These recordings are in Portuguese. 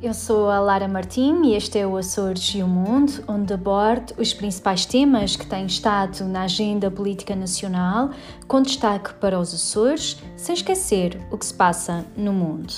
Eu sou a Lara Martim e este é o Açores e o Mundo, onde abordo os principais temas que têm estado na agenda política nacional, com destaque para os Açores, sem esquecer o que se passa no mundo.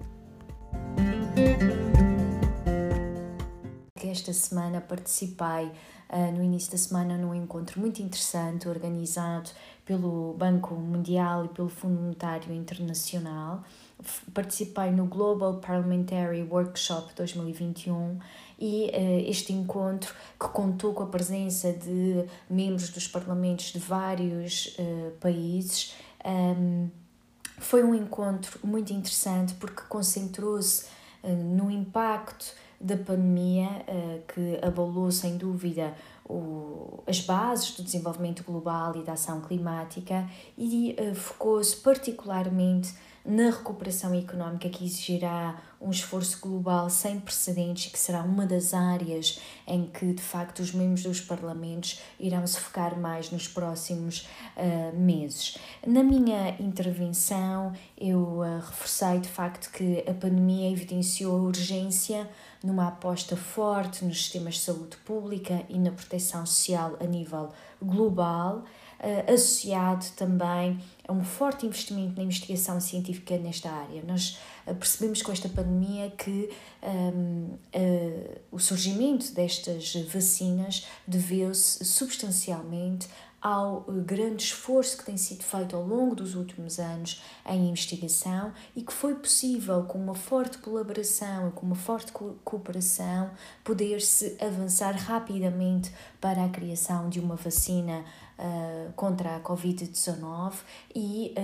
Esta semana participei no início da semana num encontro muito interessante organizado pelo Banco Mundial e pelo Fundo Monetário Internacional. Participei no Global Parliamentary Workshop 2021 e este encontro, que contou com a presença de membros dos parlamentos de vários países, foi um encontro muito interessante porque concentrou-se no impacto da pandemia, que abalou sem dúvida as bases do desenvolvimento global e da ação climática, e focou-se particularmente na recuperação económica, que exigirá um esforço global sem precedentes e que será uma das áreas em que, de facto, os membros dos parlamentos irão se focar mais nos próximos meses. Na minha intervenção, eu reforcei, de facto, que a pandemia evidenciou a urgência numa aposta forte nos sistemas de saúde pública e na proteção social a nível global, associado também a um forte investimento na investigação científica nesta área. Nós percebemos com esta pandemia que o surgimento destas vacinas deveu-se substancialmente ao grande esforço que tem sido feito ao longo dos últimos anos em investigação e que foi possível, com uma forte colaboração e com uma forte cooperação, poder-se avançar rapidamente para a criação de uma vacina contra a Covid-19 e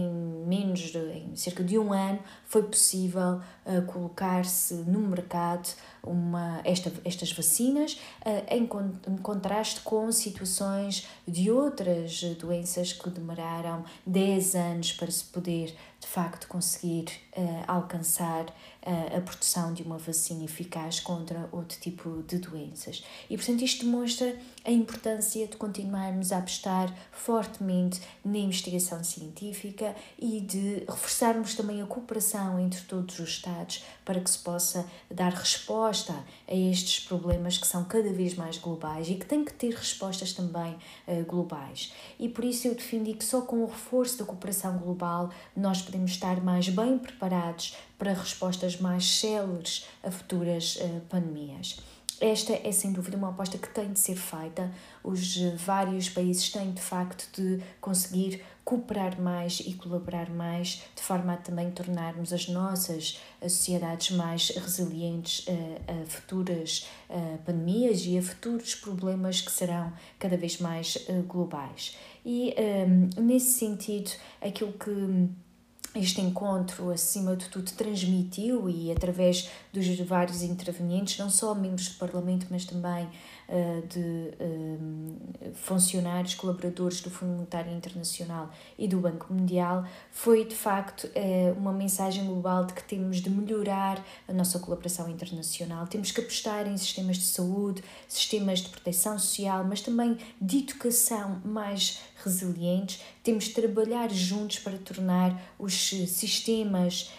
em cerca de um ano foi possível colocar-se no mercado estas vacinas, em contraste com situações de outras doenças que demoraram 10 anos para se poder, de facto, conseguir alcançar a produção de uma vacina eficaz contra outro tipo de doenças. E, portanto, isto demonstra a importância de continuarmos a apostar fortemente na investigação científica e de reforçarmos também a cooperação entre todos os Estados para que se possa dar resposta a estes problemas que são cada vez mais globais e que têm que ter respostas também globais. E por isso eu defendi que só com o reforço da cooperação global nós podemos estar mais bem preparados para respostas mais céleres a futuras pandemias. Esta é sem dúvida uma aposta que tem de ser feita. Os vários países têm de facto de conseguir cooperar mais e colaborar mais, de forma a também tornarmos as nossas sociedades mais resilientes a futuras pandemias e a futuros problemas que serão cada vez mais globais. E nesse sentido, aquilo que este encontro, acima de tudo, transmitiu, e através dos vários intervenientes, não só membros do Parlamento, mas também de funcionários, colaboradores do Fundo Monetário Internacional e do Banco Mundial, foi de facto uma mensagem global de que temos de melhorar a nossa colaboração internacional, temos que apostar em sistemas de saúde, sistemas de proteção social, mas também de educação mais resilientes, temos de trabalhar juntos para tornar os sistemas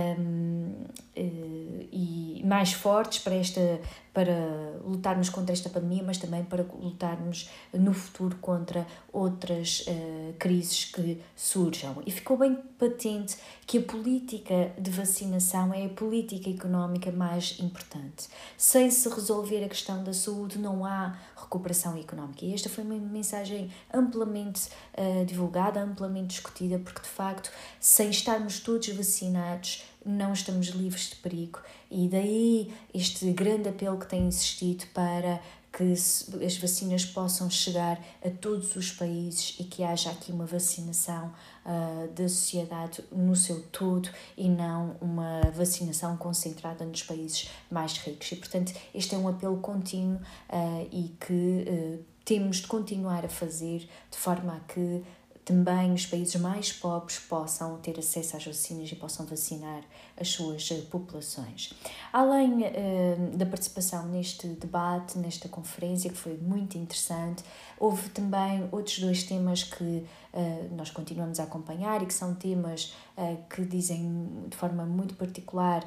e mais fortes para lutarmos contra esta pandemia, mas também para lutarmos no futuro contra outras crises que surjam. E ficou bem patente que a política de vacinação é a política económica mais importante. Sem se resolver a questão da saúde, não há recuperação económica. E esta foi uma mensagem amplamente divulgada, amplamente discutida, porque de facto, sem estarmos todos vacinados, não estamos livres de perigo, e daí este grande apelo que tem existido para que as vacinas possam chegar a todos os países e que haja aqui uma vacinação da sociedade no seu todo e não uma vacinação concentrada nos países mais ricos. E, portanto, este é um apelo contínuo e que temos de continuar a fazer de forma a que também os países mais pobres possam ter acesso às vacinas e possam vacinar as suas populações. Além da participação neste debate, nesta conferência, que foi muito interessante, houve também outros dois temas que nós continuamos a acompanhar e que são temas que dizem de forma muito particular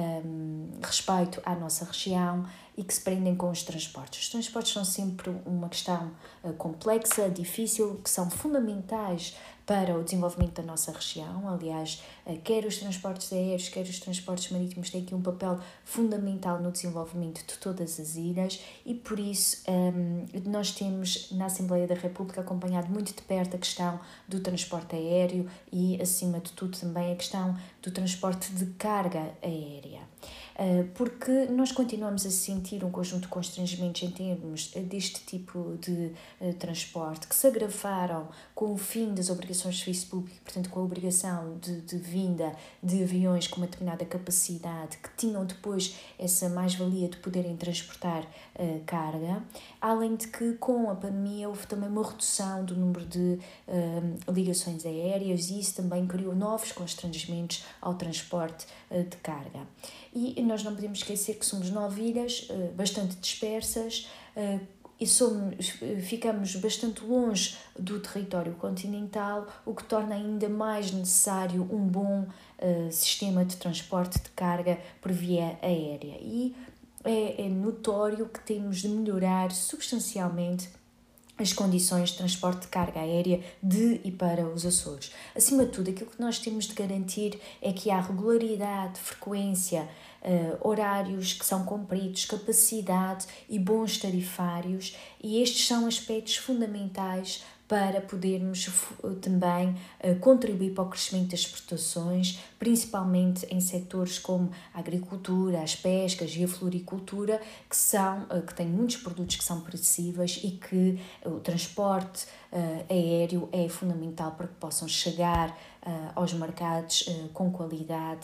respeito à nossa região e que se prendem com os transportes. Os transportes são sempre uma questão complexa, difícil, que são fundamentais para o desenvolvimento da nossa região. Aliás, quer os transportes aéreos, quer os transportes marítimos têm aqui um papel fundamental no desenvolvimento de todas as ilhas e, por isso, nós temos na Assembleia da República acompanhado muito de perto a questão do transporte aéreo e, acima de tudo, também a questão do transporte de carga aérea. Porque nós continuamos a sentir um conjunto de constrangimentos em termos deste tipo de transporte que se agravaram com o fim das obrigações de serviço público, portanto com a obrigação de vinda de aviões com uma determinada capacidade que tinham depois essa mais-valia de poderem transportar carga, além de que com a pandemia houve também uma redução do número de ligações aéreas e isso também criou novos constrangimentos ao transporte de carga. E nós não podemos esquecer que somos 9 ilhas bastante dispersas e ficamos bastante longe do território continental, o que torna ainda mais necessário um bom sistema de transporte de carga por via aérea. E é notório que temos de melhorar substancialmente as condições de transporte de carga aérea de e para os Açores. Acima de tudo, aquilo que nós temos de garantir é que há regularidade, frequência, horários que são cumpridos, capacidade e bons tarifários, e estes são aspectos fundamentais para podermos também contribuir para o crescimento das exportações, principalmente em setores como a agricultura, as pescas e a floricultura, que têm muitos produtos que são perecíveis e que o transporte aéreo é fundamental para que possam chegar aos mercados com qualidade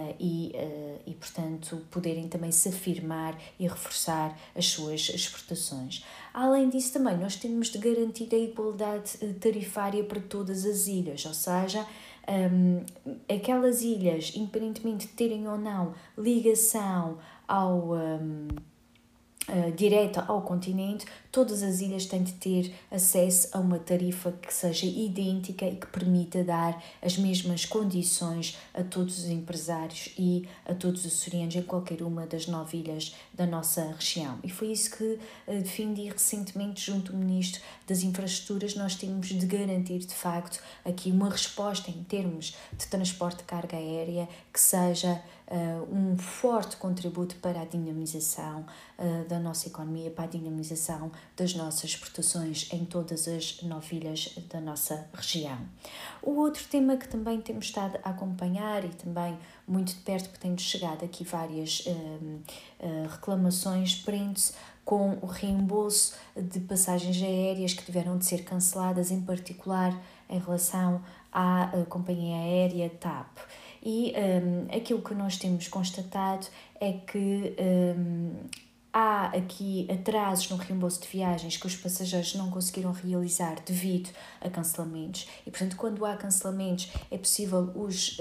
e, portanto, poderem também se afirmar e reforçar as suas exportações. Além disso, também nós temos de garantir a igualdade tarifária para todas as ilhas, ou seja, aquelas ilhas, independentemente de terem ou não ligação direta ao continente, todas as ilhas têm de ter acesso a uma tarifa que seja idêntica e que permita dar as mesmas condições a todos os empresários e a todos os açorianos em qualquer uma das 9 ilhas da nossa região. E foi isso que defendi recentemente junto ao Ministro das Infraestruturas. Nós temos de garantir, de facto, aqui uma resposta em termos de transporte de carga aérea que seja um forte contributo para a dinamização da nossa economia, para a dinamização das nossas exportações em todas as 9 ilhas da nossa região. O outro tema que também temos estado a acompanhar e também muito de perto, porque temos chegado aqui várias reclamações, prende-se com o reembolso de passagens aéreas que tiveram de ser canceladas, em particular em relação à companhia aérea TAP. E aquilo que nós temos constatado é que há aqui atrasos no reembolso de viagens que os passageiros não conseguiram realizar devido a cancelamentos e, portanto, quando há cancelamentos é possível os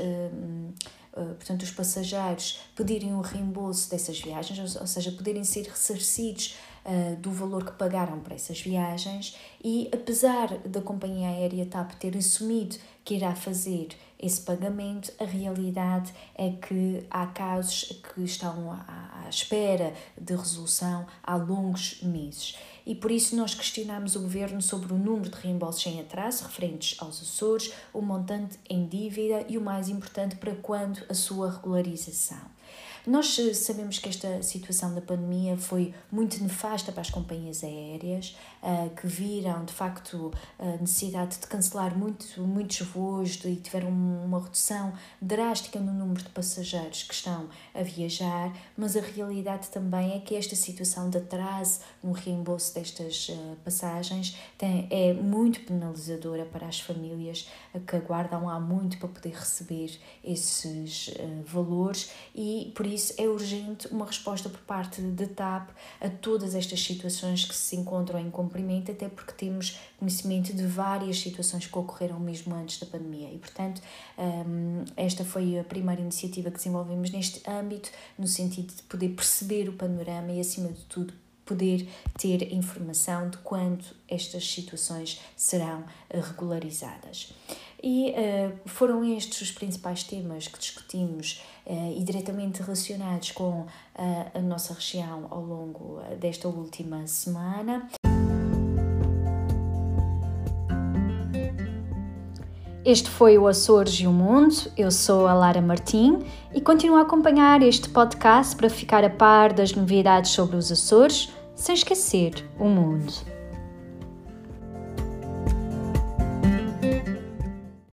passageiros pedirem o reembolso dessas viagens, ou seja, poderem ser ressarcidos do valor que pagaram para essas viagens e, apesar da companhia aérea TAP ter assumido que irá fazer esse pagamento, a realidade é que há casos que estão à espera de resolução há longos meses. E por isso nós questionamos o Governo sobre o número de reembolsos em atraso referentes aos Açores, o montante em dívida e, o mais importante, para quando a sua regularização. Nós sabemos que esta situação da pandemia foi muito nefasta para as companhias aéreas, que viram, de facto, a necessidade de cancelar muitos voos e tiveram uma redução drástica no número de passageiros que estão a viajar, mas a realidade também é que esta situação de atraso no reembolso destas passagens é muito penalizadora para as famílias que aguardam há muito para poder receber esses valores e, por isso, é urgente uma resposta por parte da TAP a todas estas situações que se encontram em cumprimento, até porque temos conhecimento de várias situações que ocorreram mesmo antes da pandemia e, portanto, esta foi a primeira iniciativa que desenvolvemos neste âmbito, no sentido de poder perceber o panorama e, acima de tudo, poder ter informação de quando estas situações serão regularizadas. E foram estes os principais temas que discutimos e diretamente relacionados com a nossa região ao longo desta última semana. Este foi o Açores e o Mundo. Eu sou a Lara Martim e continuo a acompanhar este podcast para ficar a par das novidades sobre os Açores, sem esquecer o mundo.